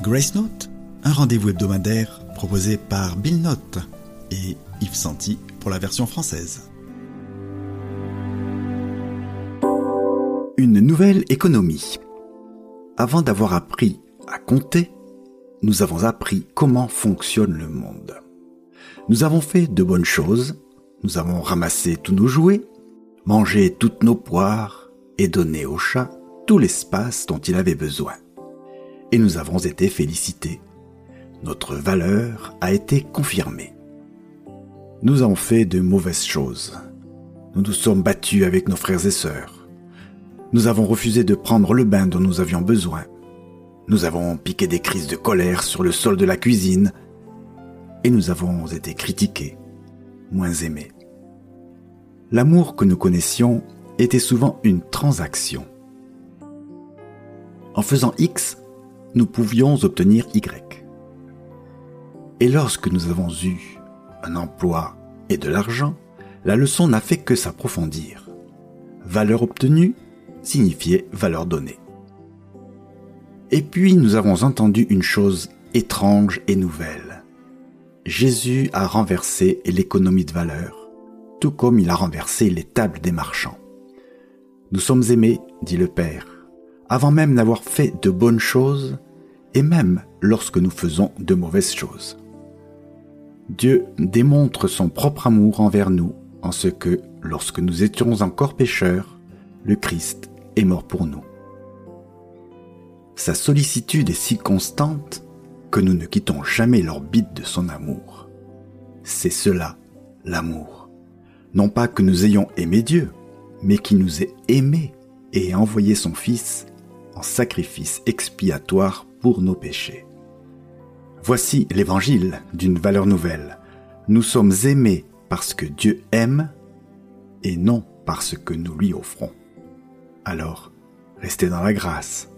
Grace Note, un rendez-vous hebdomadaire proposé par Bill Note et Yves Santi pour la version française. Une nouvelle économie. Avant d'avoir appris à compter, nous avons appris comment fonctionne le monde. Nous avons fait de bonnes choses, nous avons ramassé tous nos jouets, mangé toutes nos poires et donné au chat tout l'espace dont il avait besoin. Et nous avons été félicités. Notre valeur a été confirmée. Nous avons fait de mauvaises choses. Nous nous sommes battus avec nos frères et sœurs. Nous avons refusé de prendre le bain dont nous avions besoin. Nous avons piqué des crises de colère sur le sol de la cuisine. Et nous avons été critiqués, moins aimés. L'amour que nous connaissions était souvent une transaction. En faisant X, nous pouvions obtenir Y. Et lorsque nous avons eu un emploi et de l'argent, la leçon n'a fait que s'approfondir. Valeur obtenue signifiait valeur donnée. Et puis nous avons entendu une chose étrange et nouvelle. Jésus a renversé l'économie de valeur, tout comme il a renversé les tables des marchands. Nous sommes aimés, dit le Père, avant même d'avoir fait de bonnes choses et même lorsque nous faisons de mauvaises choses. Dieu démontre son propre amour envers nous en ce que, lorsque nous étions encore pécheurs, le Christ est mort pour nous. Sa sollicitude est si constante que nous ne quittons jamais l'orbite de son amour. C'est cela, l'amour. Non pas que nous ayons aimé Dieu, mais qu'il nous ait aimés et ait envoyé son Fils en sacrifice expiatoire pour nos péchés. Voici l'évangile d'une valeur nouvelle. Nous sommes aimés parce que Dieu aime et non parce que nous lui offrons. Alors, restez dans la grâce